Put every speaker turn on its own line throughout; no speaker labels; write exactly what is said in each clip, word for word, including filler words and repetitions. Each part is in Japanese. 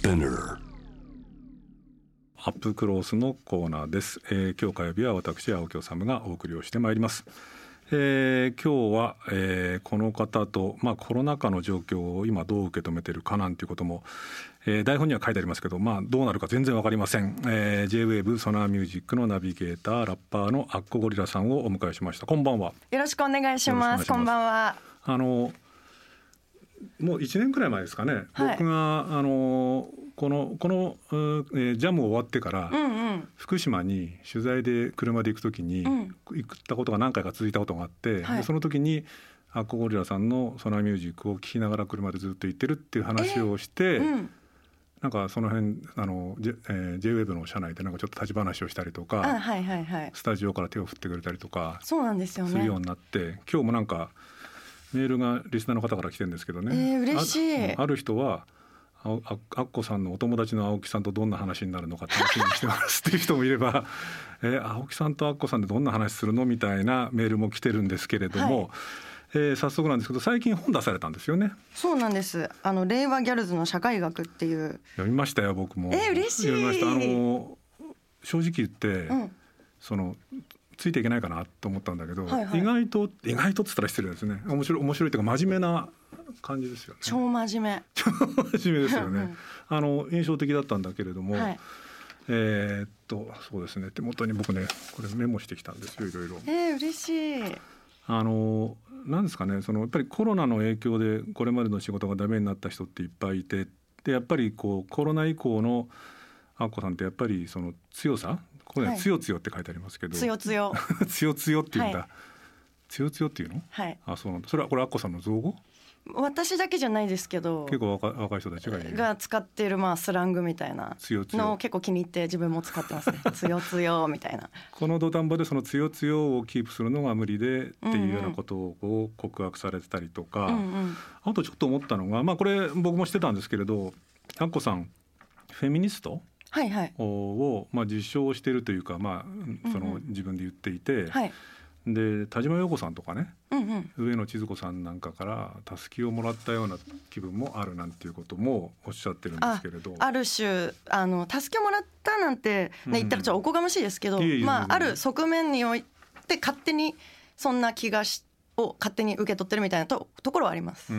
Spinner。
アップクロースのコーナーです、えー、今日火曜日は私青木治がお送りをしてまいります。えー、今日は、えー、この方と、まあ、コロナ禍の状況を今どう受け止めているかなんていうことも、えー、台本には書いてありますけど、まあ、どうなるか全然わかりません。えー、ジェイウェーブ ソナーミュージックのナビゲーターラッパーのアッコゴリラさんをお迎えしました。こんばんは。
よろしくお願いします。こんばんは。
あのもういちねんくらい前ですかね、はい、僕があのこの、この、えー、ジャム終わってから、うんうん、福島に取材で車で行くときに、うん、行ったことが何回か続いたことがあって、はい、でその時にアッコゴリラさんのソナーミュージックを聴きながら車でずっと行ってるっていう話をして、えーうん、なんかその辺あの、J えー、ジェイウェーブ の社内でなんかちょっと立ち話をしたりとか、
はいはいはい、
スタジオから手を振ってくれたりとか
そうなんですよね、
するようになって、今日もなんかメールがリスナーの方から来てるんですけどね、
えー、嬉しい。
あ, ある人はああアッコさんのお友達の青木さんとどんな話になるのか楽しみにしてますっていう人もいればえー、青木さんとアッコさんでどんな話するのみたいなメールも来てるんですけれども、はい、えー、早速なんですけど最近本出されたんですよね。
そうなんです。あの令和ギャルズの社会学っていう。
読みましたよ僕も。
えー、嬉しい。
読みました。あの正直言って、うん、そのついていけないかなと思ったんだけど、はいはい、意外と意外とって言ったら失礼ですね。面白い面白いっていうか真面目な感じですよね。
超真面目
超真面目ですよねあの印象的だったんだけれども、はい、えー、っとそうですね、手元に僕ねこれメモしてきたんですよいろいろ。
えー、嬉しい。
あのなんですかね、そのやっぱりコロナの影響でこれまでの仕事がダメになった人っていっぱいいて、でやっぱりこうコロナ以降のアッコさんってやっぱりその強さ、ここでつよつよって書いてありますけど、
つよつよ
つよつよっていうんだ、つよつよっていうの、
はい、
あ、そうなんだ。それはこれアッコさんの造語？
私だけじゃないですけど
結構 若, 若い人たちがいる
が使っているまあスラングみたいなのを結構気に入って自分も使ってますねつよつよみたいな。
この土壇場でそのつよつよをキープするのが無理でっていうようなことを告白されてたりとか、うんうん、あとちょっと思ったのが、まあこれ僕もしてたんですけれど、アッコさんフェミニスト
はいはい、
を、まあ、実証しているというか、まあ、その自分で言っていて、うんうん、はい、で田島陽子さんとかね、うんうん、上野千鶴子さんなんかからたすきをもらったような気分もあるなんていうこともおっしゃってるんですけれど、
あ, ある種あのたすきをもらったなんて、ね、言ったらちょっとおこがましいですけど、うん、まあ、ある側面において勝手にそんな気がしを勝手に受け取ってるみたいな と, ところはあります。うん、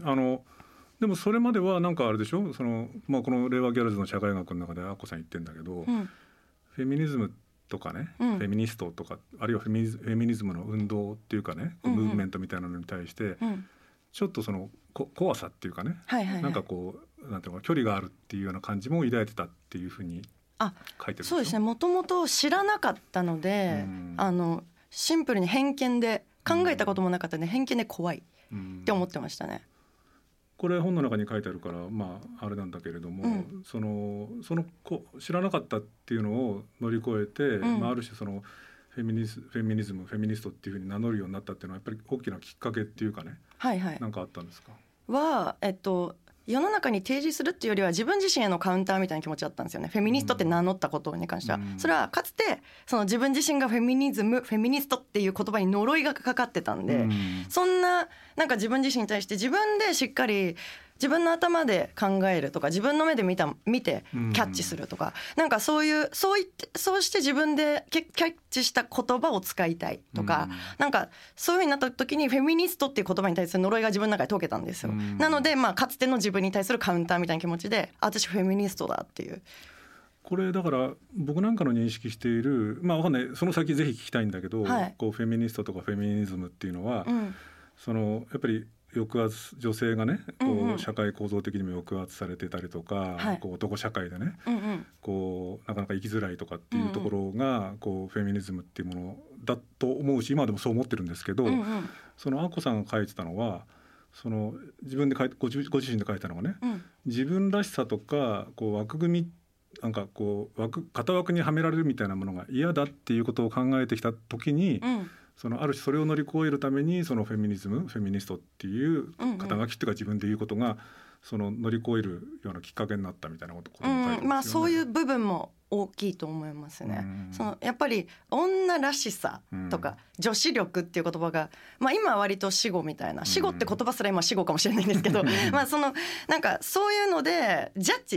うん、あのでもそれまではなんかあれでしょ、その、まあ、この令和ギャルズの社会学の中でアッコさん言ってるんだけど、うん、フェミニズムとかね、うん、フェミニストとかあるいはフェミニズ、フェミニズムの運動っていうかね、うんうん、ムーブメントみたいなのに対して、うん、ちょっとそのこ怖さっていうかね、はいはいはい、なんかこうなんていうのか距離があるっていうような感じも抱いてたっていうふうに書いてるんですよ。
そうですね、もともと知らなかったので、うん、あのシンプルに偏見で考えたこともなかったので、うん、偏見で怖いって思ってましたね。
これ本の中に書いてあるから、まあ、あれなんだけれども、うん、そのそのこ知らなかったっていうのを乗り越えて、うん、まあ、ある種そのフェミニズ、フェミニズムフェミニストっていうふうに名乗るようになったっていうのはやっぱり大きなきっかけっていうかね、はいはい、なんかあったんですか？
は、えっと世の中に提示するっていうよりは自分自身へのカウンターみたいな気持ちだったんですよね。フェミニストって名乗ったことに関しては、うん、それはかつてその自分自身がフェミニズムフェミニストっていう言葉に呪いがかかってたんで、うん、そんななんか自分自身に対して自分でしっかり自分の頭で考えるとか自分の目で見た見てキャッチするとか、うん、なんかそういうそういってそうして自分でキャッチした言葉を使いたいとか、うん、なんかそういう風になった時にフェミニストっていう言葉に対する呪いが自分の中で解けたんですよ、うん、なので、まあ、かつての自分に対するカウンターみたいな気持ちで私フェミニストだっていう。
これだから僕なんかの認識している、まあわかんない、その先ぜひ聞きたいんだけど、はい、こうフェミニストとかフェミニズムっていうのは、うん、そのやっぱり抑圧、女性がねこう、うんうん、社会構造的にも抑圧されてたりとか、はい、こう男社会でね、うんうん、こうなかなか生きづらいとかっていうところが、うんうん、こうフェミニズムっていうものだと思うし今でもそう思ってるんですけど、うんうん、そのアッコさんが書いてたのはその自分で書いて ご, ご自身で書いたのがね、うん、自分らしさとかこう枠組みなんかこう枠型枠にはめられるみたいなものが嫌だっていうことを考えてきた時に、うん、そのある種それを乗り越えるためにそのフェミニズムフェミニストっていう肩書きっていうか自分で言うことがその乗り越えるようなきっかけになったみたいなことを書いてますよね。
うん、まあそういう部分も大きいと思いますね。そのやっぱり女らしさとか女子力っていう言葉が、まあ、今は割と死語みたいな、死語って言葉すら今死語かもしれないんですけどまあそのなんかそういうのでジャッジ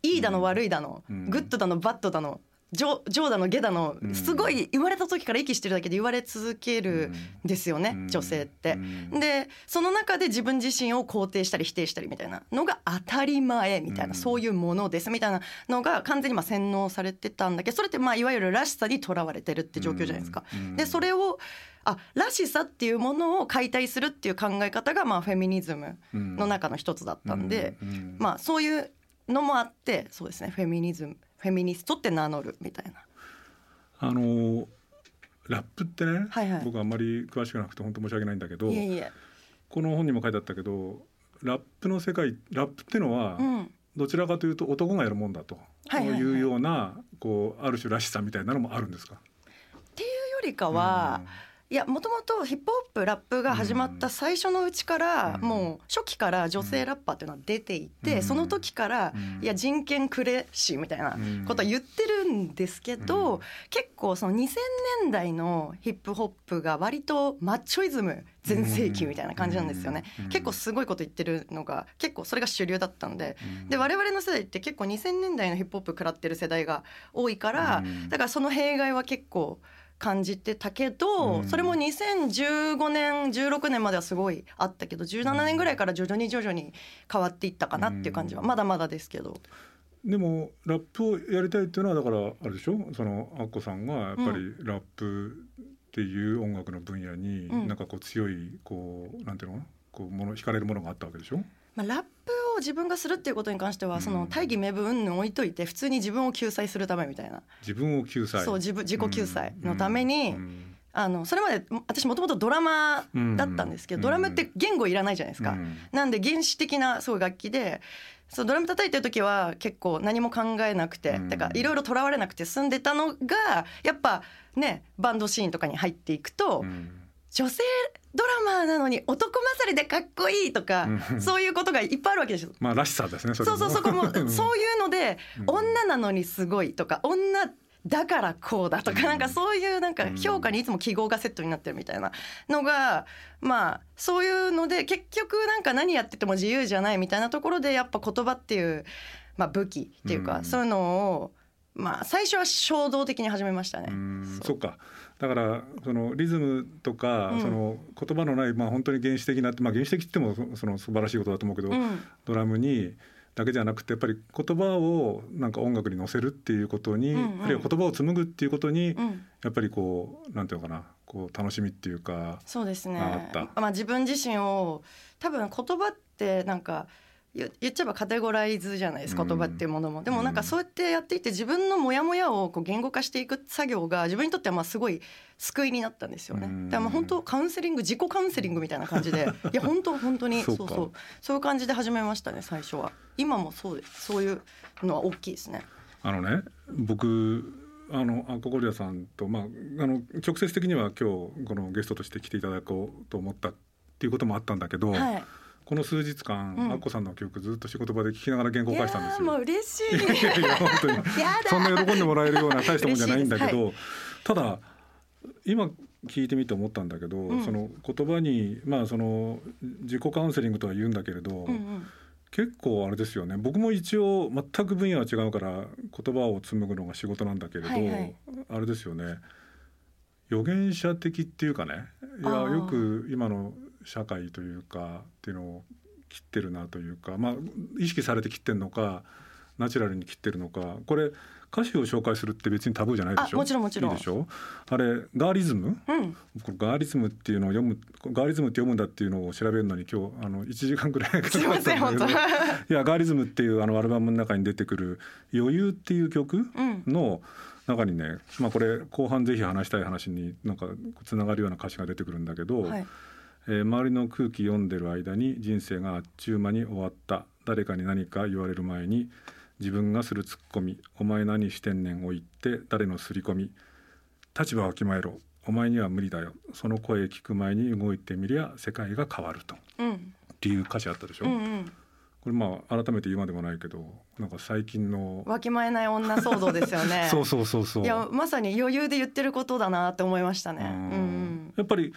いいだの悪いだの、
うん、
グッドだのバッドだの上だの下だの、すごい生まれた時から息してるだけで言われ続けるんですよね、うん、女性って、うん、でその中で自分自身を肯定したり否定したりみたいなのが当たり前みたいな、うん、そういうものですみたいなのが完全にまあ洗脳されてたんだけど、それってまあいわゆるらしさにとらわれてるって状況じゃないですか、うん、でそれをあらしさっていうものを解体するっていう考え方がまあフェミニズムの中の一つだったんで、うんうん、まあそういうのもあって、そうですね、フェミニズムフェミニストって名乗るみたいな。
あのラップってね、
はいはい、
僕あんまり詳しくなくて本当申し訳ないんだけど、
いえいえ、
この本にも書いてあったけど、ラップの世界、ラップってのはどちらかというと男がやるもんだというような、こうある種らしさみたいなのもあるんですか？
っていうよりかは、うん、いやもともとヒップホップラップが始まった最初のうちから、うん、もう初期から女性ラッパーっていうのは出ていて、うん、その時から、うん、いや人権くれしみたいなことは言ってるんですけど、うん、結構そのにせんねんだいのヒップホップが割とマッチョイズム全盛期みたいな感じなんですよね、うん、結構すごいこと言ってるのが結構それが主流だったんで、うん、で我々の世代って結構にせんねんだいのヒップホップ食らってる世代が多いから、うん、だからその弊害は結構感じてたけど、うん、それもにせんじゅうごねんじゅうろくねんまではすごいあったけど、じゅうななねんぐらいから徐々に徐々に変わっていったかなっていう感じはまだまだですけど、
でもラップをやりたいっていうのはだからあれでしょ、そのアッコさんがやっぱりラップっていう音楽の分野になんかこう強いこうなんていうのこうもの惹かれるものがあったわけでしょ。
まあ、ラップを自分がするっていうことに関しては、その大義名分云々置いといて普通に自分を救済するためみたいな、
自分を救済、
そう 自, 分自己救済のために、うんうん、あのそれまで私もともとドラマだったんですけど、うん、ドラムって言語いらないじゃないですか、うん、なんで原始的なそう楽器で、そうドラム叩いてる時は結構何も考えなくて、うん、だからいろいろとらわれなくて済んでたのが、やっぱねバンドシーンとかに入っていくと、うん、女性ドラマーなのに男勝りでかっこいいとか、うん、そういうことがいっぱいあるわけですよ。
まあらしさですね、それも。
そうそう、そこもそういうので、うん、女なのにすごいとか、女だからこうだとか、うん、なんかそういうなんか評価にいつも記号がセットになってるみたいなのが、まあそういうので結局なんか何やってても自由じゃないみたいなところで、やっぱ言葉っていう、まあ、武器っていうか、うん、そういうのをまあ最初は衝動的に始めましたね。
うん、そっか。だからそのリズムとか、うん、その言葉のない、まあ、本当に原始的な、まあ、原始的って言ってもその素晴らしいことだと思うけど、うん、ドラムにだけじゃなくてやっぱり言葉をなんか音楽に乗せるっていうことに、うんうん、あるいは言葉を紡ぐっていうことに、うん、やっぱりこうなんていうのかな、こう楽しみっていうか、
そうですね、
あった。
まあ、自分自身を多分言葉ってなんか言っちゃえばカテゴライズじゃないですか、言葉っていうものも。でもなんかそうやってやっていて、自分のモヤモヤをこう言語化していく作業が自分にとってはまあすごい救いになったんですよね。だからまあ本当カウンセリング、自己カウンセリングみたいな感じでいや本当本当にそうそうそうそういう感じで始めましたね、最初は。今もそうです。そういうのは大きいですね。
あのね、僕あのアッコゴリラさんと、まあ、あの直接的には今日このゲストとして来ていただこうと思ったっていうこともあったんだけど、はい、この数日間、うん、アッコさんの曲ずっと仕事場で聞きながら原稿書いてたんですよ。
いやもう嬉しい。
いやいや本当にそんな喜んでもらえるような大したもんじゃないんだけど、はい、ただ今聞いてみて思ったんだけど、うん、その言葉に、まあ、その自己カウンセリングとは言うんだけれど、うんうん、結構あれですよね。僕も一応全く分野は違うから言葉を紡ぐのが仕事なんだけれど、はいはい、あれですよね、預言者的っていうかね、いやよく今の社会というかっていうのを切ってるなというか、まあ、意識されて切ってるのかナチュラルに切ってるのか、これ歌詞を紹介するって別にタブーじゃないでしょ。
あもちろんもちろん
いいでしょ。あれガーリズム、うん、これガーリズムっていうのを読む、ガーリズムって読むんだっていうのを調べるのに今日あのいちじかんくらいかかったんだけど、いやガーリズムっていうあのアルバムの中に出てくる余裕っていう曲の中にね、まあ、これ後半ぜひ話したい話になんかつながるような歌詞が出てくるんだけど、はい、えー、周りの空気読んでる間に人生があっちゅう間に終わった。誰かに何か言われる前に自分がするツッコミ、お前何してんねんを言って誰のすり込み、立場をわきまえろ、お前には無理だよ、その声聞く前に動いてみりゃ世界が変わると、うん、っていう歌詞あったでしょ、うんうん、これまあ改めて言うまでもないけど、なんか最近の
わきまえない女騒動ですよね。
そうそうそうそう、
いやまさに余裕で言ってることだなって思いましたね。うん、うん、
やっぱり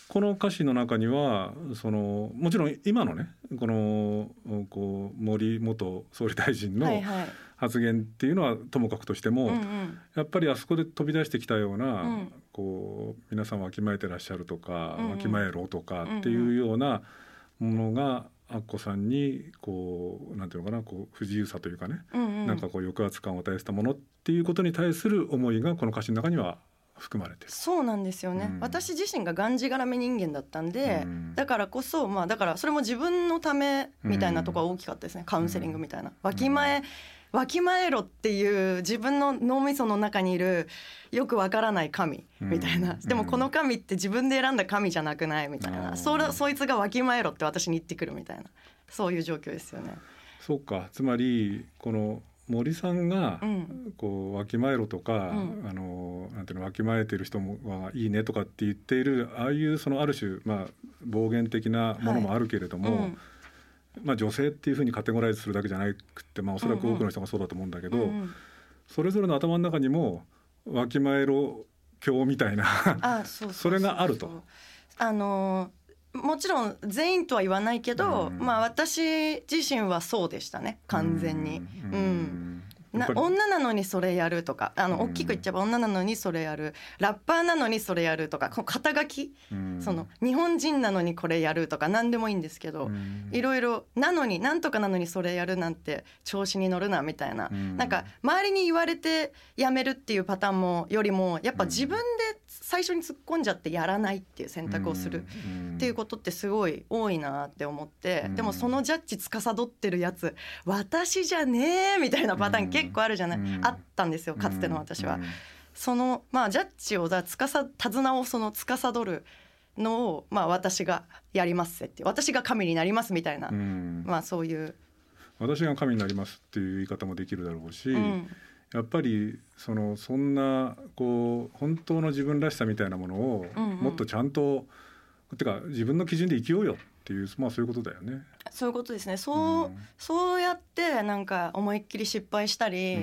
この歌詞の中にはそのもちろん今のねこのこう森元総理大臣の発言っていうのはともかくとしても、はいはい、やっぱりあそこで飛び出してきたような、うん、こう皆さんわきまえてらっしゃるとか、うんうん、わきまえろとかっていうようなものがアッコさんにこうなんていうのかなこう不自由さというかね、うんうん、なんかこう抑圧感を与えたものっていうことに対する思いがこの歌詞の中には含まれてる。
そうなんですよね、うん、私自身ががんじがらめ人間だったんで、うん、だからこそ、まあ、だからそれも自分のためみたいなところが大きかったですね、うん、カウンセリングみたいな、わきまえ、わきまえろっていう自分の脳みその中にいるよくわからない神みたいな、うん、でもこの神って自分で選んだ神じゃなくないみたいな、うん、そ, そいつがわきまえろって私に言ってくるみたいな、そういう状況ですよね。
そうか、つまりこの森さんがこうわきまえろとか、うん、あのなんていうのわきまえてる人もはいいねとかって言っているああいうそのある種、まあ、暴言的なものもあるけれども、はい、うんまあ、女性っていうふうにカテゴライズするだけじゃなくて、まあ、おそらく多くの人がそうだと思うんだけど、うんうん、それぞれの頭の中にもわきまえろ教みたいなあ そうそうそうそうそれがあると。
あのもちろん全員とは言わないけど、うんまあ、私自身はそうでしたね完全に、うんうんな女なのにそれやるとかあの大きく言っちゃえば女なのにそれやる、ラッパーなのにそれやるとか、この肩書き、その日本人なのにこれやるとか何でもいいんですけど、いろいろなのになんとかなのにそれやるなんて調子に乗るなみたいな、なんか周りに言われてやめるっていうパターンもよりもやっぱ自分で最初に突っ込んじゃってやらないっていう選択をするっていうことってすごい多いなって思って、でもそのジャッジ司ってるやつ私じゃねえみたいなパターン結構あるじゃない、あったんですよかつての私は。そのまあジャッジをだつかさ手綱をその司るのをまあ私がやりますって、私が神になりますみたいな、まあそういう
私が神になりますっていう言い方もできるだろうし、うんやっぱり そのそんなこう本当の自分らしさみたいなものをもっとちゃんと、うんうん、てか自分の基準で生きようよっていう、まあ、そういうことだよね。
そういうことですね。そう、うん、そうやってなんか思いっきり失敗したり、うん、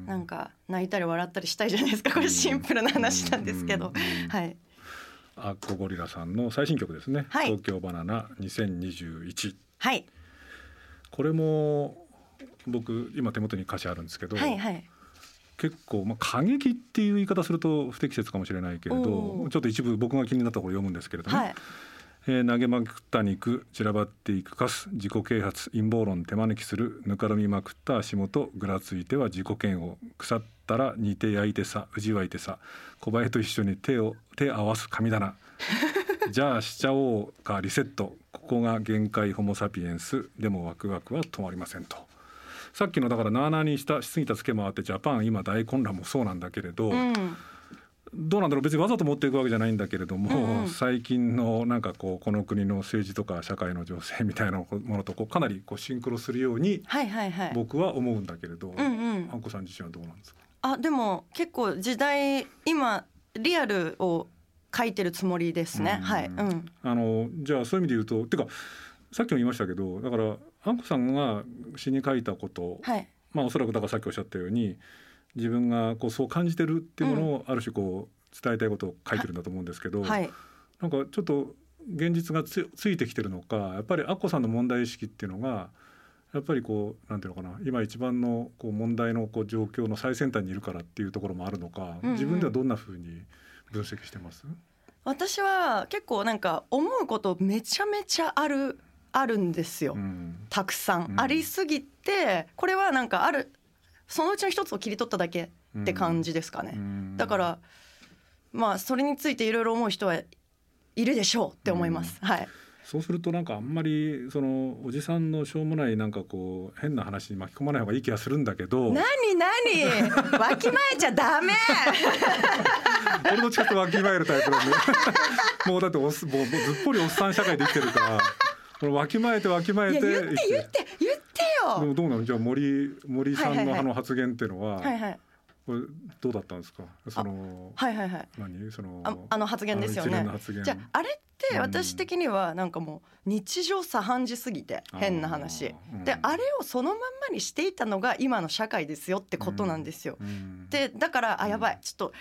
なんか泣いたり笑ったりしたいじゃないですか。これシンプルな話なんですけど、うんうん、はい。
アッコゴリラさんの最新曲ですね、はい、東京バナナにせんにじゅういち、
はい、
これも僕今手元に歌詞あるんですけど、はいはい結構、まあ、過激っていう言い方すると不適切かもしれないけれどちょっと一部僕が気になったところ読むんですけれども、はいえー、投げまくった肉散らばっていくカス自己啓発陰謀論手招きするぬかるみまくった足元ぐらついては自己嫌悪腐ったら煮て焼いてさうじわいてさ小林と一緒に手を手合わす神棚じゃあしちゃおうかリセットここが限界ホモサピエンスでもワクワクは止まりませんと。さっきのだからなあなあにしたしすぎたツケもあってジャパン今大混乱もそうなんだけれど、うん、どうなんだろう別にわざと持っていくわけじゃないんだけれども、うんうん、最近のなんかこうこの国の政治とか社会の情勢みたいなものとこうかなりこうシンクロするように僕は思うんだけれど、はいはいはいうんうん、あんこさん自身はどうなんですか。
あでも結構時代今リアルを書いてるつもりですね、うんはいうん、
あのじゃあそういう意味で言うとてかさっきも言いましたけどだからあんこさんが詩に書いたこと、はいまあ、おそらくだからさっきおっしゃったように自分がこうそう感じてるっていうものをある種こう伝えたいことを書いてるんだと思うんですけど、はい、なんかちょっと現実が つ, ついてきてるのかやっぱりあっこさんの問題意識っていうのがやっぱりこうなんていうのかな今一番のこう問題のこう状況の最先端にいるからっていうところもあるのか、うんうん、自分ではどんなふうに分析してます？
私は結構なんか思うことめちゃめちゃあるあるんですよ、うん、たくさん、うん、ありすぎてこれはなんかあるそのうちの一つを切り取っただけって感じですかね、うん、だからまあそれについていろいろ思う人はいるでしょうって思います、うんはい、
そうするとなんかあんまりそのおじさんのしょうもないなんかこう変な話に巻き込まない方がいい気がするんだけど
何何わきまえちゃダメ
俺の近くわきまえるタイプなんでもうだっておすもうずっぽりおっさん社会で生きてるからこれわきまえてわきまえて
いや言って言って言ってよ。
でもどうなのじゃあ 森, 森さんのあの発言っていうのは、はいはいはい、これどうだったんですかその、
はいはいはい、
何その
あ, あの発言ですよね。じゃああれって私的にはなんかもう日常茶飯事すぎて変な話、うん、であれをそのまんまにしていたのが今の社会ですよってことなんですよ、うん、でだからあやばいちょっと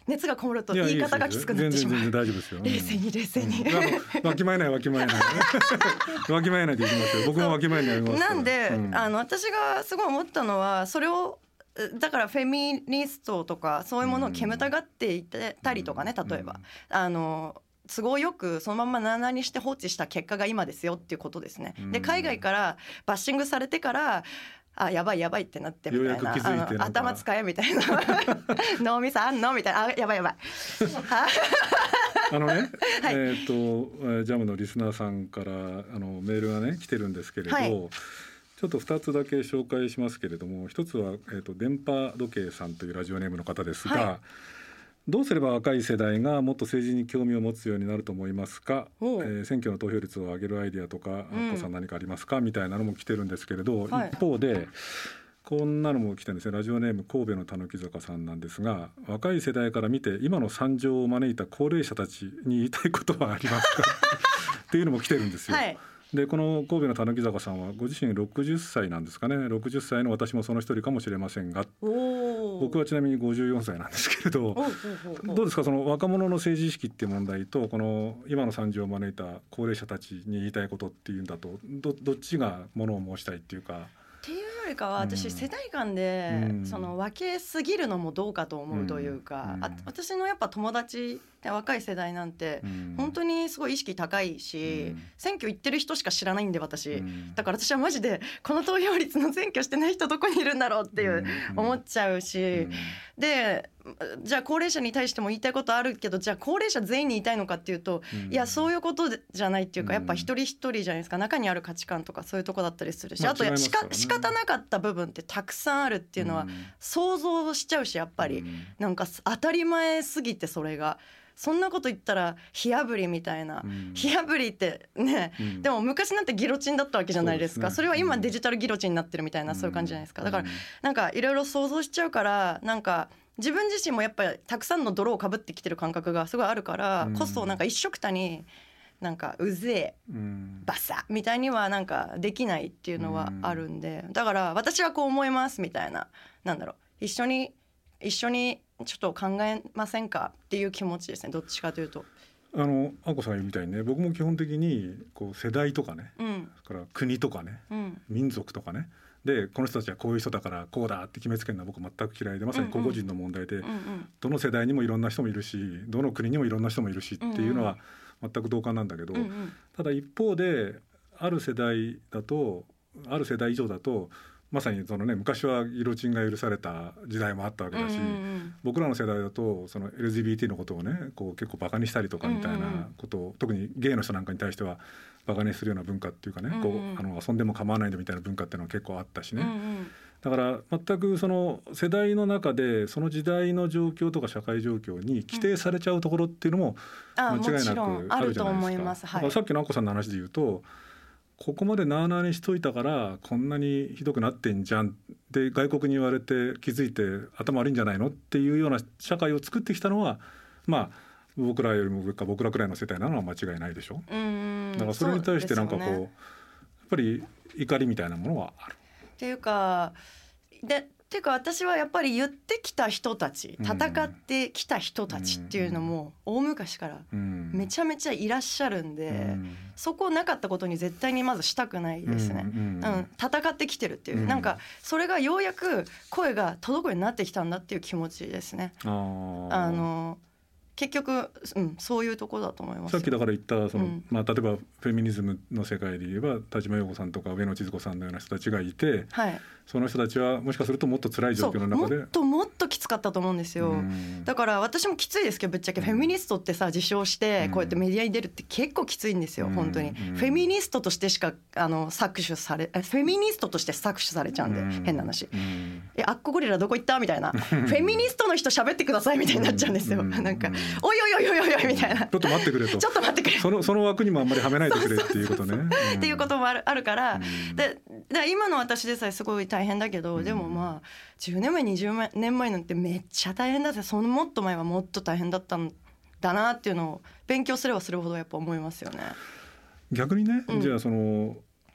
熱がこもると言い方がきつくなってしまう。
全然全然大丈夫ですよ。
冷静に冷静に、
うん、わきまえないわきまえないわきまえないでいきますよ。僕もわきまえないます
なんで、うん、あの私がすごい思ったのはそれをだからフェミニストとかそういうものを煙たがっていたりとかね、例えば、うん、あの都合よくそのままなあなあにして放置した結果が今ですよっていうことですね。で海外からバッシングされてからあやばいやばいってなってみたいな、あの頭使えみたいな脳みそあんのみたいな、あやばいやばい
あのね、はい、えー、とジャムのリスナーさんからあのメールがね来てるんですけれど、はい、ちょっとふたつだけ紹介しますけれども、ひとつは、えー、と電波時計さんというラジオネームの方ですが、はい、どうすれば若い世代がもっと政治に興味を持つようになると思いますか、えー、選挙の投票率を上げるアイデアとか、うん、あこさん何かありますかみたいなのも来てるんですけれど、はい、一方でこんなのも来てるんですね。ラジオネーム神戸のたぬき坂さんなんですが、若い世代から見て今の惨状を招いた高齢者たちに言いたいことはありますかっていうのも来てるんですよ、はい。でこの神戸のたぬき坂さんはご自身ろくじゅっさいなんですかね。ろくじゅっさいの私もその一人かもしれませんが、僕はちなみにごじゅうよんさいなんですけれど、どうですか、その若者の政治意識っていう問題とこの今の惨状を招いた高齢者たちに言いたいことっていうんだと ど, どっちがものを申したいっていうか。
っていうよりかは私世代間でその分けすぎるのもどうかと思うというか、うん、あ私のやっぱ友達若い世代なんて本当にすごい意識高いし、うん、選挙行ってる人しか知らないんで私、うん、だから私はマジでこの投票率の選挙してない人どこにいるんだろうっていう思っちゃうし、うん、でじゃあ高齢者に対しても言いたいことあるけど、じゃあ高齢者全員に言いたいのかっていうと、うん、いやそういうことじゃないっていうか、やっぱ一人一人じゃないですか。中にある価値観とかそういうとこだったりするし、まあ、あとやしか仕方なかった部分ってたくさんあるっていうのは想像しちゃうし、やっぱりなんか当たり前すぎて、それがそんなこと言ったら火あぶりみたいな、うん、火あぶりってね、うん、でも昔なんてギロチンだったわけじゃないですか。 そうですね、それは今デジタルギロチンになってるみたいな、うん、そういう感じじゃないですか。だからなんかいろいろ想像しちゃうから、なんか自分自身もやっぱりたくさんの泥をかぶってきてる感覚がすごいあるからこそ、なんか一緒くたになんかうぜえ、うん、バサみたいにはなんかできないっていうのはあるんで、だから私はこう思いますみたいな、なんだろう、一緒に一緒にちょっと考えませんかっていう気持ちですね。どっちかというと、
あのあこさんが言うみたいにね、僕も基本的にこう世代とかね、うん、それから国とかね、うん、民族とかねで、この人たちはこういう人だからこうだって決めつけるのは僕全く嫌いで、まさに個々人の問題で、うんうん、どの世代にもいろんな人もいるし、どの国にもいろんな人もいるしっていうのは全く同感なんだけど、うんうん、ただ一方である世代だとある世代以上だとまさにその、ね、昔はギロチンが許された時代もあったわけだし、うんうんうん、僕らの世代だとその エルジービーティー のことをねこう結構バカにしたりとかみたいなことを、うんうん、特にゲイの人なんかに対してはバカにするような文化っていうかね、うんうん、こうあの遊んでも構わないんだみたいな文化っていうのは結構あったしね、うんうん、だから全くその世代の中でその時代の状況とか社会状況に規定されちゃうところっていうのも間違いなくあるじゃないですか。だからさっきのあこさんの話で言うと、ここまでなあなあにしといたからこんなにひどくなってんじゃんで外国に言われて気づいて頭悪いんじゃないのっていうような社会を作ってきたのは、まあ僕らよりも上か僕らくらいの世代なのは間違いないでしょ。うーん、だからそれに対してなんかこう、ね、やっぱり怒りみたいなものはある
っていうかでっていうか私はやっぱり言ってきた人たち、戦ってきた人たちっていうのも大昔からめちゃめちゃいらっしゃるんで、うん、そこなかったことに絶対にまずしたくないですね、うんうんうん、戦ってきてるっていう、うん、なんかそれがようやく声が届くようになってきたんだっていう気持ちですね。ああの結局、うん、そういうところだと思います。
さっきだから言ったその、うんまあ、例えばフェミニズムの世界で言えば田島陽子さんとか上野千鶴子さんのような人たちがいて、はい、その人たちはもしかするともっと辛い状況の中で
もっともっときつかったと思うんですよ。だから私もきついですけど、ぶっちゃけフェミニストってさ自称してこうやってメディアに出るって結構きついんですよ本当に。フェミニストとしてしかあの搾取されフェミニストとして搾取されちゃうんで、変な話、えあっこゴリラどこ行ったみたいなフェミニストの人喋ってくださいみたいになっちゃうんですよ。なんかおいおいおいおいおいおいみたいな、
ちょっと待ってくれと
ちょっと待ってくれ
その、その枠にもあんまりはめないでくれっていうことね
っていうこともある、あるから、うん、でで今の私でさえすごい大変だけど、うん、でもまあじゅうねんまえにじゅうねんまえなんてめっちゃ大変だって、そのもっと前はもっと大変だったんだなっていうのを勉強すればするほどやっぱ思いますよね。
逆にね、うん、じゃあその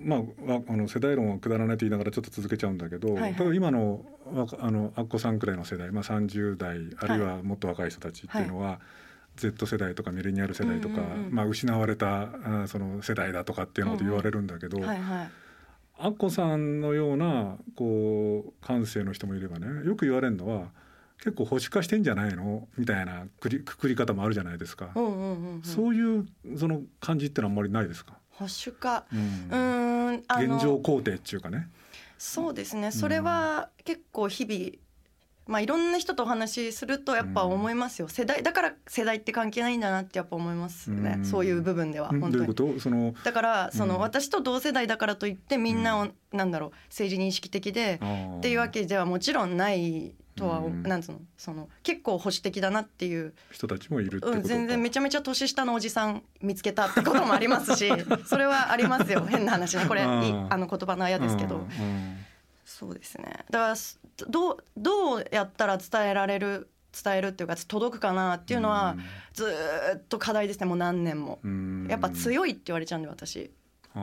まあ、あの世代論をくだらないと言いながらちょっと続けちゃうんだけど、はいはい、今のあのアッコさんくらいの世代、まあ、さんじゅう代あるいはもっと若い人たちっていうのは、はい、Z 世代とかミレニアル世代とか、うんうんうん、まあ、失われたあその世代だとかっていうようなこと言われるんだけど、うんうん、はいはい、アッコさんのようなこう感性の人もいればね、よく言われるのは結構保守化してんじゃないのみたいなくりくくり方もあるじゃないですか、うんうんうんうん、そういうその感じってのはあんまりないですか？
保守化、うん、う
ーんあの現状肯定っていうかね。
そうですね、それは結構日々、まあ、いろんな人とお話しするとやっぱ思いますよ、うん、世代だから世代って関係ないんだなってやっぱ思いますね、うん、そういう部分では本当に。
どういうこと？その
だからその、うん、私と同世代だからといってみんなを、うん、なんだろう政治認識的でっていうわけではもちろんないとは、うん、なんつうの、その結構保守的だなっていう
人たちもいるってことか、
うん、全然めちゃめちゃ年下のおじさん見つけたってこともありますしそれはありますよ、変な話ね、これいいあの言葉のあやですけど、うん、そうですね。だからどう、どうやったら伝えられる伝えるっていうか届くかなっていうのはずっと課題ですね、もう何年も。やっぱ強いって言われちゃうんで私、うん、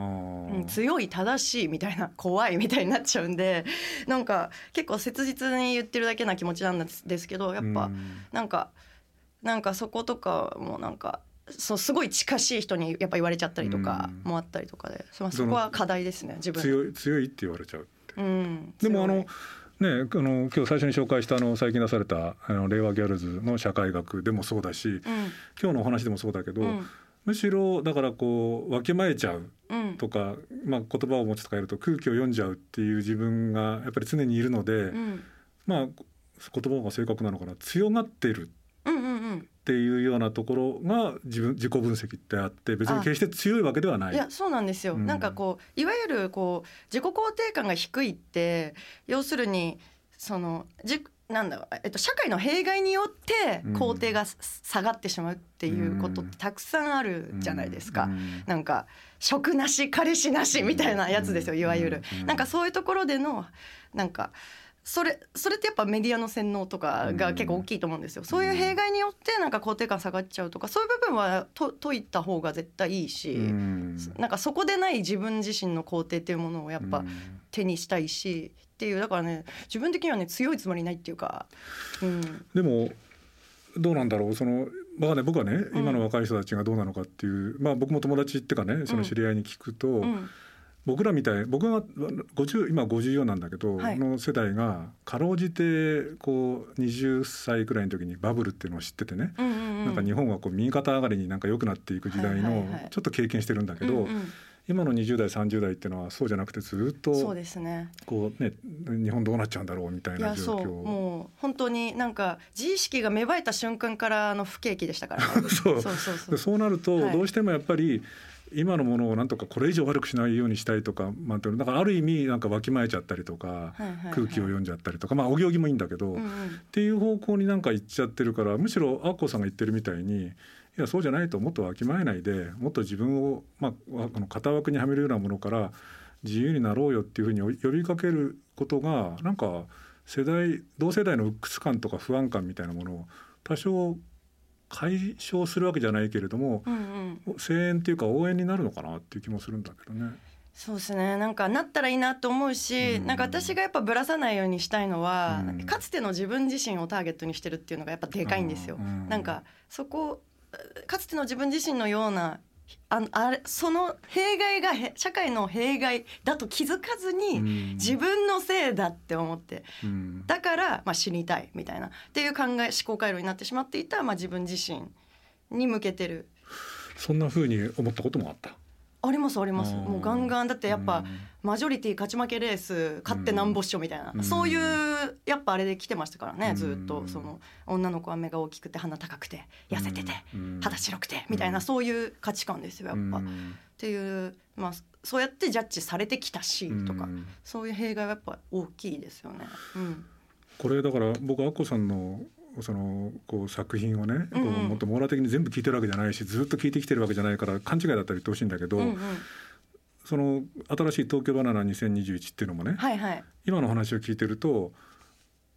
強い正しいみたいな怖いみたいになっちゃうんで、なんか結構切実に言ってるだけな気持ちなんですけど、やっぱなんかなんかそことかもなんかそうすごい近しい人にやっぱ言われちゃったりとかもあったりとかで、そこは課題ですね自分。
強い強いって言われちゃうって、うん、でもあのね、あの今日最初に紹介したあの最近出されたあの令和ギャルズの社会学でもそうだし、うん、今日のお話でもそうだけど、うん、むしろだからこうわきまえちゃうとか、うん、まあ、言葉を持ちとかやると空気を読んじゃうっていう自分がやっぱり常にいるので、うん、まあ言葉が正確なのかな、強がってるっていうようなところが自分自己分析ってあって、別に決して強いわけではない。
いやそうなんですよ、うん、なんかこういわゆるこう自己肯定感が低いって要するにそのじなんだ、えっと、社会の弊害によって肯定が下がってしまうっていうことってたくさんあるじゃないですか、うん、なんか職なし彼氏なしみたいなやつですよ、いわゆる、うん、なんかそういうところでのなんかそれ、それってやっぱメディアの洗脳とかが結構大きいと思うんですよ、うん、そういう弊害によってなんか肯定感下がっちゃうとか、そういう部分はと解いた方が絶対いいし、うん、なんかそこでない自分自身の肯定っていうものをやっぱ手にしたいしっていう、だからね自分的にはね強いつもりないっていうか、うん、
でもどうなんだろう、その、まあね、僕はね今の若い人たちがどうなのかっていう、まあ、僕も友達っていうかねその知り合いに聞くと、うんうん、僕らみたい、僕がごじゅう今ごじゅうよんなんだけど、はい、の世代がかろうじてこうにじゅっさいくらいの時にバブルっていうのを知っててね、うんうんうん、なんか日本はこう右肩上がりになんか良くなっていく時代のちょっと経験してるんだけど、はいはいはい、今のにじゅう代さんじゅう代っていうのはそうじゃなくてずっと
そうですね、
こうね日本どうなっちゃうんだろうみたいな状況。いやそう
もう本当になんか自意識が芽生えた瞬間からの不景気でしたからね
そうそうそうそうそうなるとどうしてもやっぱり、はい今のものをなんとかこれ以上悪くしないようにしたいとか、まあ、だからある意味なんかわきまえちゃったりとか、はいはいはい、空気を読んじゃったりとか、まあお行儀もいいんだけど、うんうん、っていう方向になんか行っちゃってるから、むしろアッコさんが言ってるみたいにいやそうじゃないと、もっとわきまえないでもっと自分を、まあ、この型枠にはめるようなものから自由になろうよっていうふうに呼びかけることがなんか世代同世代の鬱屈感とか不安感みたいなものを多少解消するわけじゃないけれども、うんうん、声援っていうか応援になるのかなっていう気もするんだけどね。
そうですね、なんかなったらいいなと思うし、うん、なんか私がやっぱぶらさないようにしたいのは、うん、かつての自分自身をターゲットにしてるっていうのがやっぱでかいんですよ、うん、なんかそこかつての自分自身のようなああれその弊害が社会の弊害だと気づかずに、うん、自分のせいだって思って、うん、だから、まあ、死にたいみたいなっていう考え思考回路になってしまっていた、まあ、自分自身に向けてる。
そんな風に思ったこともあった？
ありますあります。もうガンガンだってやっぱマジョリティ勝ち負けレース勝ってなんぼっしょみたいな、うん、そういうやっぱあれで来てましたからね、ずっとその女の子は目が大きくて鼻高くて痩せてて、うん、肌白くてみたいな、そういう価値観ですよやっぱ、うん、っていう、まあ、そうやってジャッジされてきたしとか、うん、そういう弊害はやっぱ大きいですよね、うん、
これだから僕アッコさんのそのこう作品をね、うんうん、こうもっと網羅的に全部聞いてるわけじゃないし、ずっと聞いてきてるわけじゃないから勘違いだったら言ってほしいんだけど、うんうん、その新しい東京バナナにせんにじゅういちっていうのもね、はいはい、今の話を聞いてると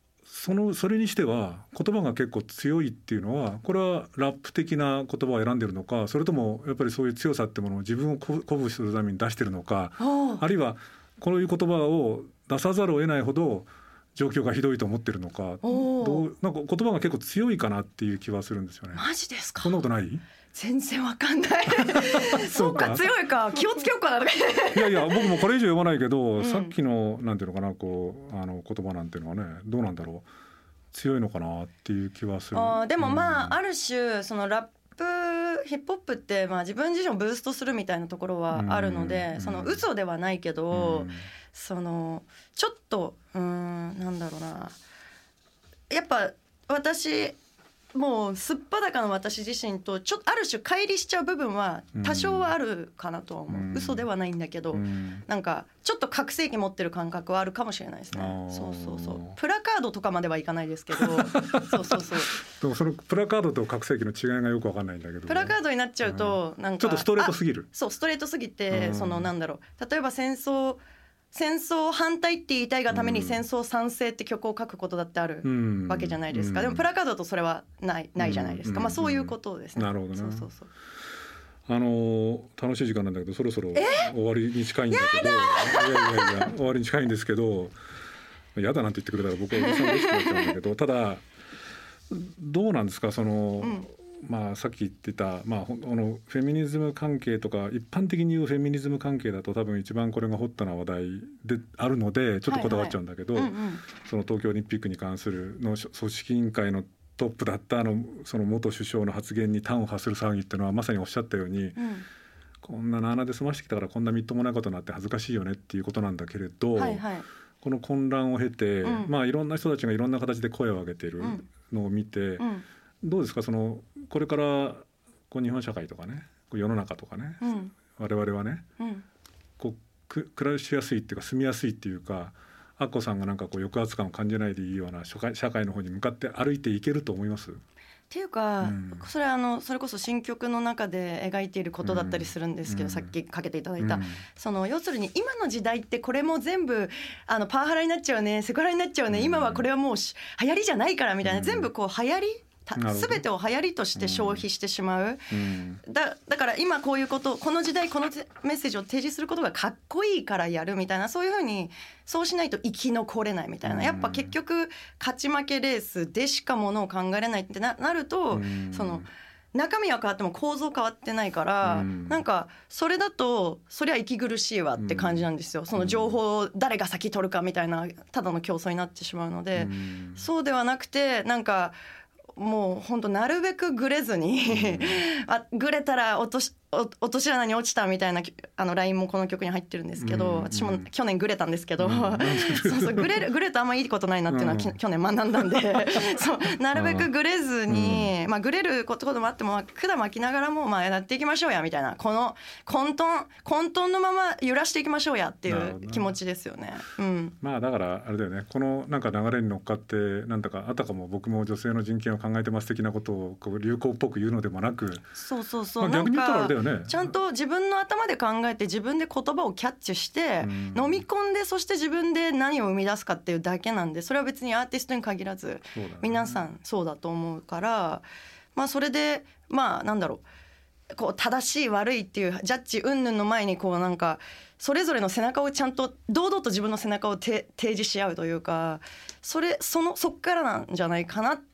そのそれにしては言葉が結構強いっていうのは、これはラップ的な言葉を選んでるのか、それともやっぱりそういう強さってものを自分を鼓舞するために出してるのか、あるいはこういう言葉を出さざるを得ないほど状況がひどいと思ってるのか、どうなんか言葉が結構強いかなっていう気はするんですよね。
マジですか？
そんなことない？
全然わかんないそうか、強いか、気をつけようかな。い
やいや、僕もこれ以上読まないけど、うん、さっきのなんていうのかな、こうあの言葉なんていうのはね、どうなんだろう、強いのかなっていう気はする。
あでもまあ、うん、ある種そのラップヒップホップって、まあ、自分自身をブーストするみたいなところはあるので、うん、その嘘ではないけど、うん、そのちょっとうーんなんだろうな、やっぱ私もうすっぱだかの私自身とちょっとある種乖離しちゃう部分は多少はあるかなとは思う、うん、嘘ではないんだけど、うん、なんかちょっと覚醒器持ってる感覚はあるかもしれないですね。そうそうそう、プラカードとかまではいかないですけどそうそうそう、
でもそのプラカードと覚醒器の違いがよく分かんないんだけど、
プラカードになっちゃうとなんか
ちょっとストレートすぎる。
そうストレートすぎて、そのなんだろう、例えば戦争戦争反対って言いたいがために戦争賛成って曲を書くことだってあるわけじゃないですか、うん、でもプラカードだとそれはないないじゃないですか、うん、まあそういうことですね。
なるほどね。
そうそうそう、
あの楽しい時間なんだけど、そろそろ終わりに近いんだけど、いやいやいや終わりに近いんですけど、やだなんて言ってくれたら僕はおじさん嬉しくなっちゃうんだけどただどうなんですか、その、うんまあ、さっき言ってた、まあ、あのフェミニズム関係とか一般的に言うフェミニズム関係だと多分一番これがホットな話題であるのでちょっとこだわっちゃうんだけど、はいはいうんうん、その東京オリンピックに関するの組織委員会のトップだったあのその元首相の発言に端を発する騒ぎっていうのはまさにおっしゃったように、うん、こんななあなで済ましてきたからこんなみっともないことになって恥ずかしいよねっていうことなんだけれど、はいはい、この混乱を経て、うんまあ、いろんな人たちがいろんな形で声を上げているのを見て、うん、どうですか、そのこれからこう日本社会とかね、世の中とかね、うん、我々はね、うん、こうく暮らしやすいっていうか住みやすいっていうか、アッコさんがなんかこう抑圧感を感じないでいいような社会、社会の方に向かって歩いていけると思います？
っていうか、うん、それはあのそれこそ新曲の中で描いていることだったりするんですけど、うん、さっきかけていただいた、うん、その要するに今の時代ってこれも全部あのパワハラになっちゃうね、セクハラになっちゃうね、うん、今はこれはもう流行りじゃないからみたいな、うん、全部こう流行り全てを流行りとして消費してしまう、うん、だ, だから今こういうことこの時代このメッセージを提示することがかっこいいからやるみたいな、そういうふうにそうしないと生き残れないみたいな、やっぱ結局勝ち負けレースでしかものを考えれないって な, なると、うん、その中身は変わっても構造変わってないから、うん、なんかそれだとそりゃ息苦しいわって感じなんですよ、うん、その情報を誰が先取るかみたいなただの競争になってしまうので、うん、そうではなくてなんかもう本当なるべくグレずに、うん、あグレたら落とし落とし穴に落ちたみたいなあのラインもこの曲に入ってるんですけど、うん、私も去年グレたんですけど、うん、そうそうグレるグレとあんまいいことないなっていうのは、うん、去年学んだんでそうなるべくグレずに、うんまあ、グレることもあっても、まあ、管巻きながらも、まあ、やっていきましょうやみたいな、この混沌混沌のまま揺らしていきましょうやっていう気持ちですよね、うん、
まあだからあれだよね、このなんか流れに乗っかってなんだかあたかも僕も女性の人権を考えてます的なことをこう流行っぽく言うのでもなく、
そうそうそう、
まあ、逆に言ったらあれだよね、
ちゃんと自分の頭で考えて自分で言葉をキャッチして飲み込んで、そして自分で何を生み出すかっていうだけなんで、それは別にアーティストに限らず皆さんそうだと思うから、まあそれでまあなんだろう、こう正しい悪いっていうジャッジ云々の前にこうなんかそれぞれの背中をちゃんと堂々と自分の背中を提示し合うというか、それそのそっからなんじゃないかなって、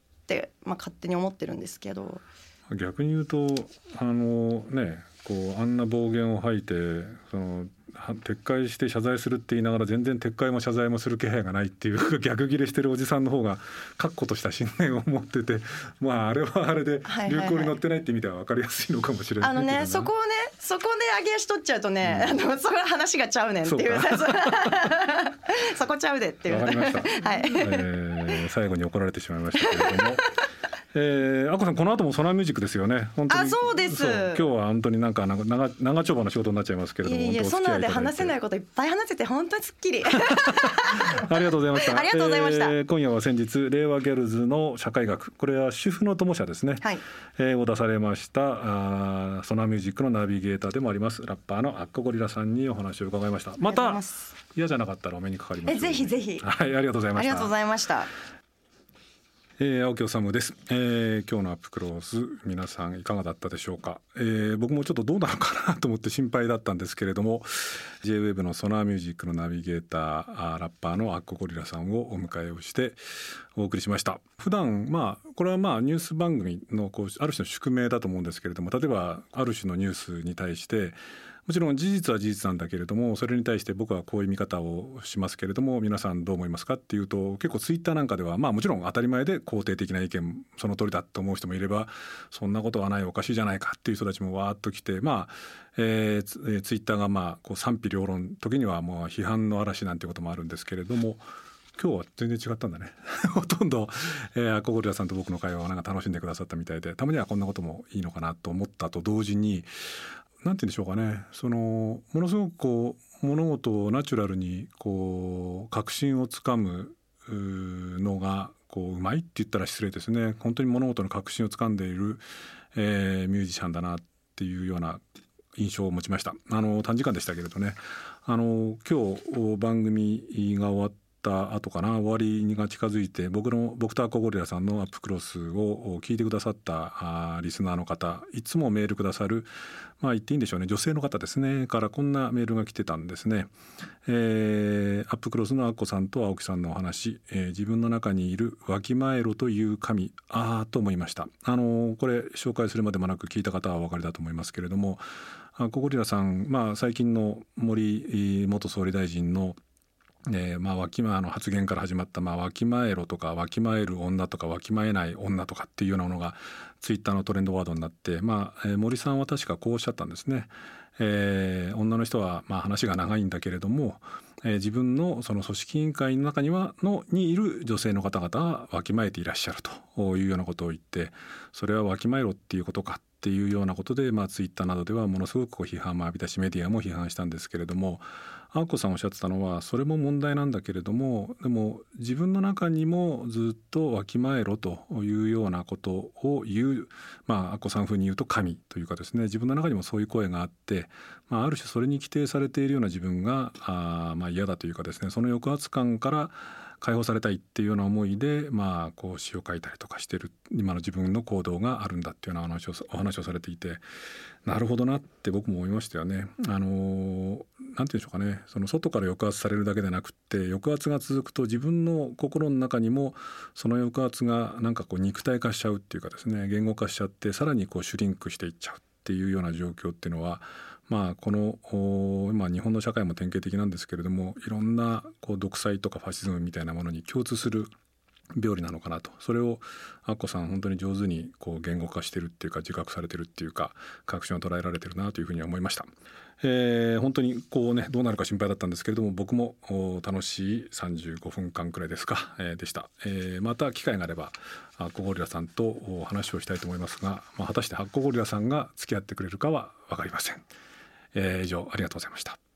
まあ、勝手に思ってるんですけど、
逆に言うとあのねこうあんな暴言を吐いてその撤回して謝罪するって言いながら全然撤回も謝罪もする気配がないっていう逆ギレしてるおじさんの方が確固とした信念を持ってて、まああれはあれで流行に乗ってないって意味では分かりやすいのかもしれない、
あのねそこをねそこで上げ足取っちゃうとね、うん、あのそこは話がちゃうねんっていうそこちゃうでっていう。
わかりました、はいえー、最後に怒られてしまいましたけれどもえー、あこさんこの後もソナーミュージックですよね。本当に
あそうです。
そう今日は本当になんか長長丁場の仕事になっちゃいますけれども、いやいや
ソナーで話せないこといっぱい話せて本当にすっきり
ありがとうございました。
ありがとうございました、
えー、今夜は先日令和ギャルズの社会学、これは主婦の友社ですね、はいえー、を出されましたあソナーミュージックのナビゲーターでもありますラッパーのアッコゴリラさんにお話を伺いました。また嫌じゃなかったらお目にかかります。
えぜひぜひ、
はい、ありがとうございました。
ありがとうございました。
えー、青木治です、えー、今日のアップクローズ皆さんいかがだったでしょうか。えー、僕もちょっとどうなのかなと思って心配だったんですけれども ジェイウェーブ のソナーミュージックのナビゲーターラッパーのアッコゴリラさんをお迎えをしてお送りしました。普段まあこれはまあニュース番組のこうある種の宿命だと思うんですけれども、例えばある種のニュースに対してもちろん事実は事実なんだけれども、それに対して僕はこういう見方をしますけれども皆さんどう思いますかっていうと、結構ツイッターなんかではまあもちろん当たり前で肯定的な意見、その通りだと思う人もいれば、そんなことはないおかしいじゃないかっていう人たちもわーっと来て、まあ、えー、ツイッターがまあこう賛否両論、時にはもう批判の嵐なんてこともあるんですけれども、今日は全然違ったんだねほとんど、えー、アッコゴリラさんと僕の会話をなんか楽しんでくださったみたいで、たまにはこんなこともいいのかなと思ったと同時に、なんて言うんでしょうかね、そのものすごくこう物事をナチュラルにこう確信をつかむのがこううまいって言ったら失礼ですね。本当に物事の確信をつかんでいる、えー、ミュージシャンだなっていうような印象を持ちました。あの短時間でしたけれどね、あの今日番組が終わった後かな、終わりが近づいて、僕の僕とアッコゴリラさんのアップクロスを聞いてくださったあリスナーの方、いつもメールくださる、まあ言っていいんでしょうね、女性の方ですねからこんなメールが来てたんですね。えー、アップクロスのアッコさんと青木さんのお話、えー、自分の中にいるわきまえろという神、あーと思いました。あのこれ紹介するまでもなく聞いた方はお分かりだと思いますけれども、アッコゴリラさん、まあ、最近の森元総理大臣のえーまあ、わきまあの発言から始まった、まあ、わきまえろとかわきまえる女とかわきまえない女とかっていうようなものがツイッターのトレンドワードになって、まあえー、森さんは確かこうおっしゃったんですね。えー、女の人はまあ話が長いんだけれども、えー、自分のその組織委員会の中にはのにいる女性の方々はわきまえていらっしゃるというようなことを言って、それはわきまえろっていうことかっていうようなことで、まあ、ツイッターなどではものすごくこう批判も浴びたし、メディアも批判したんですけれども、アッコさんおっしゃってたのは、それも問題なんだけれども、でも自分の中にもずっとわきまえろというようなことを言う、まあ、アッコさん風に言うと神というかですね、自分の中にもそういう声があって、まあ、ある種それに規定されているような自分があまあ嫌だというかですね、その抑圧感から解放されたいっていうような思いで、まあ、こう詩を書いたりとかしてる今の自分の行動があるんだっていうようなお話を、お話をされていて、なるほどなって僕も思いましたよね。あのなんて言うんでしょうかね、その外から抑圧されるだけでなくって、抑圧が続くと自分の心の中にもその抑圧がなんかこう肉体化しちゃうっていうかですね、言語化しちゃって、さらにこうシュリンクしていっちゃうっていうような状況っていうのは、まあ、この今日本の社会も典型的なんですけれども、いろんなこう独裁とかファシズムみたいなものに共通する病理なのかなと。それをアッコさん本当に上手にこう言語化してるっていうか、自覚されてるっていうか、確信を捉えられてるなというふうに思いました。えー、本当にこうね、どうなるか心配だったんですけれども、僕も楽しいさんじゅうごふんかんくらいですか、えー、でした。えー、また機会があればアッコゴリラさんと話をしたいと思いますが、まあ、果たしてアッコゴリラさんが付き合ってくれるかは分かりません。えー、以上ありがとうございました。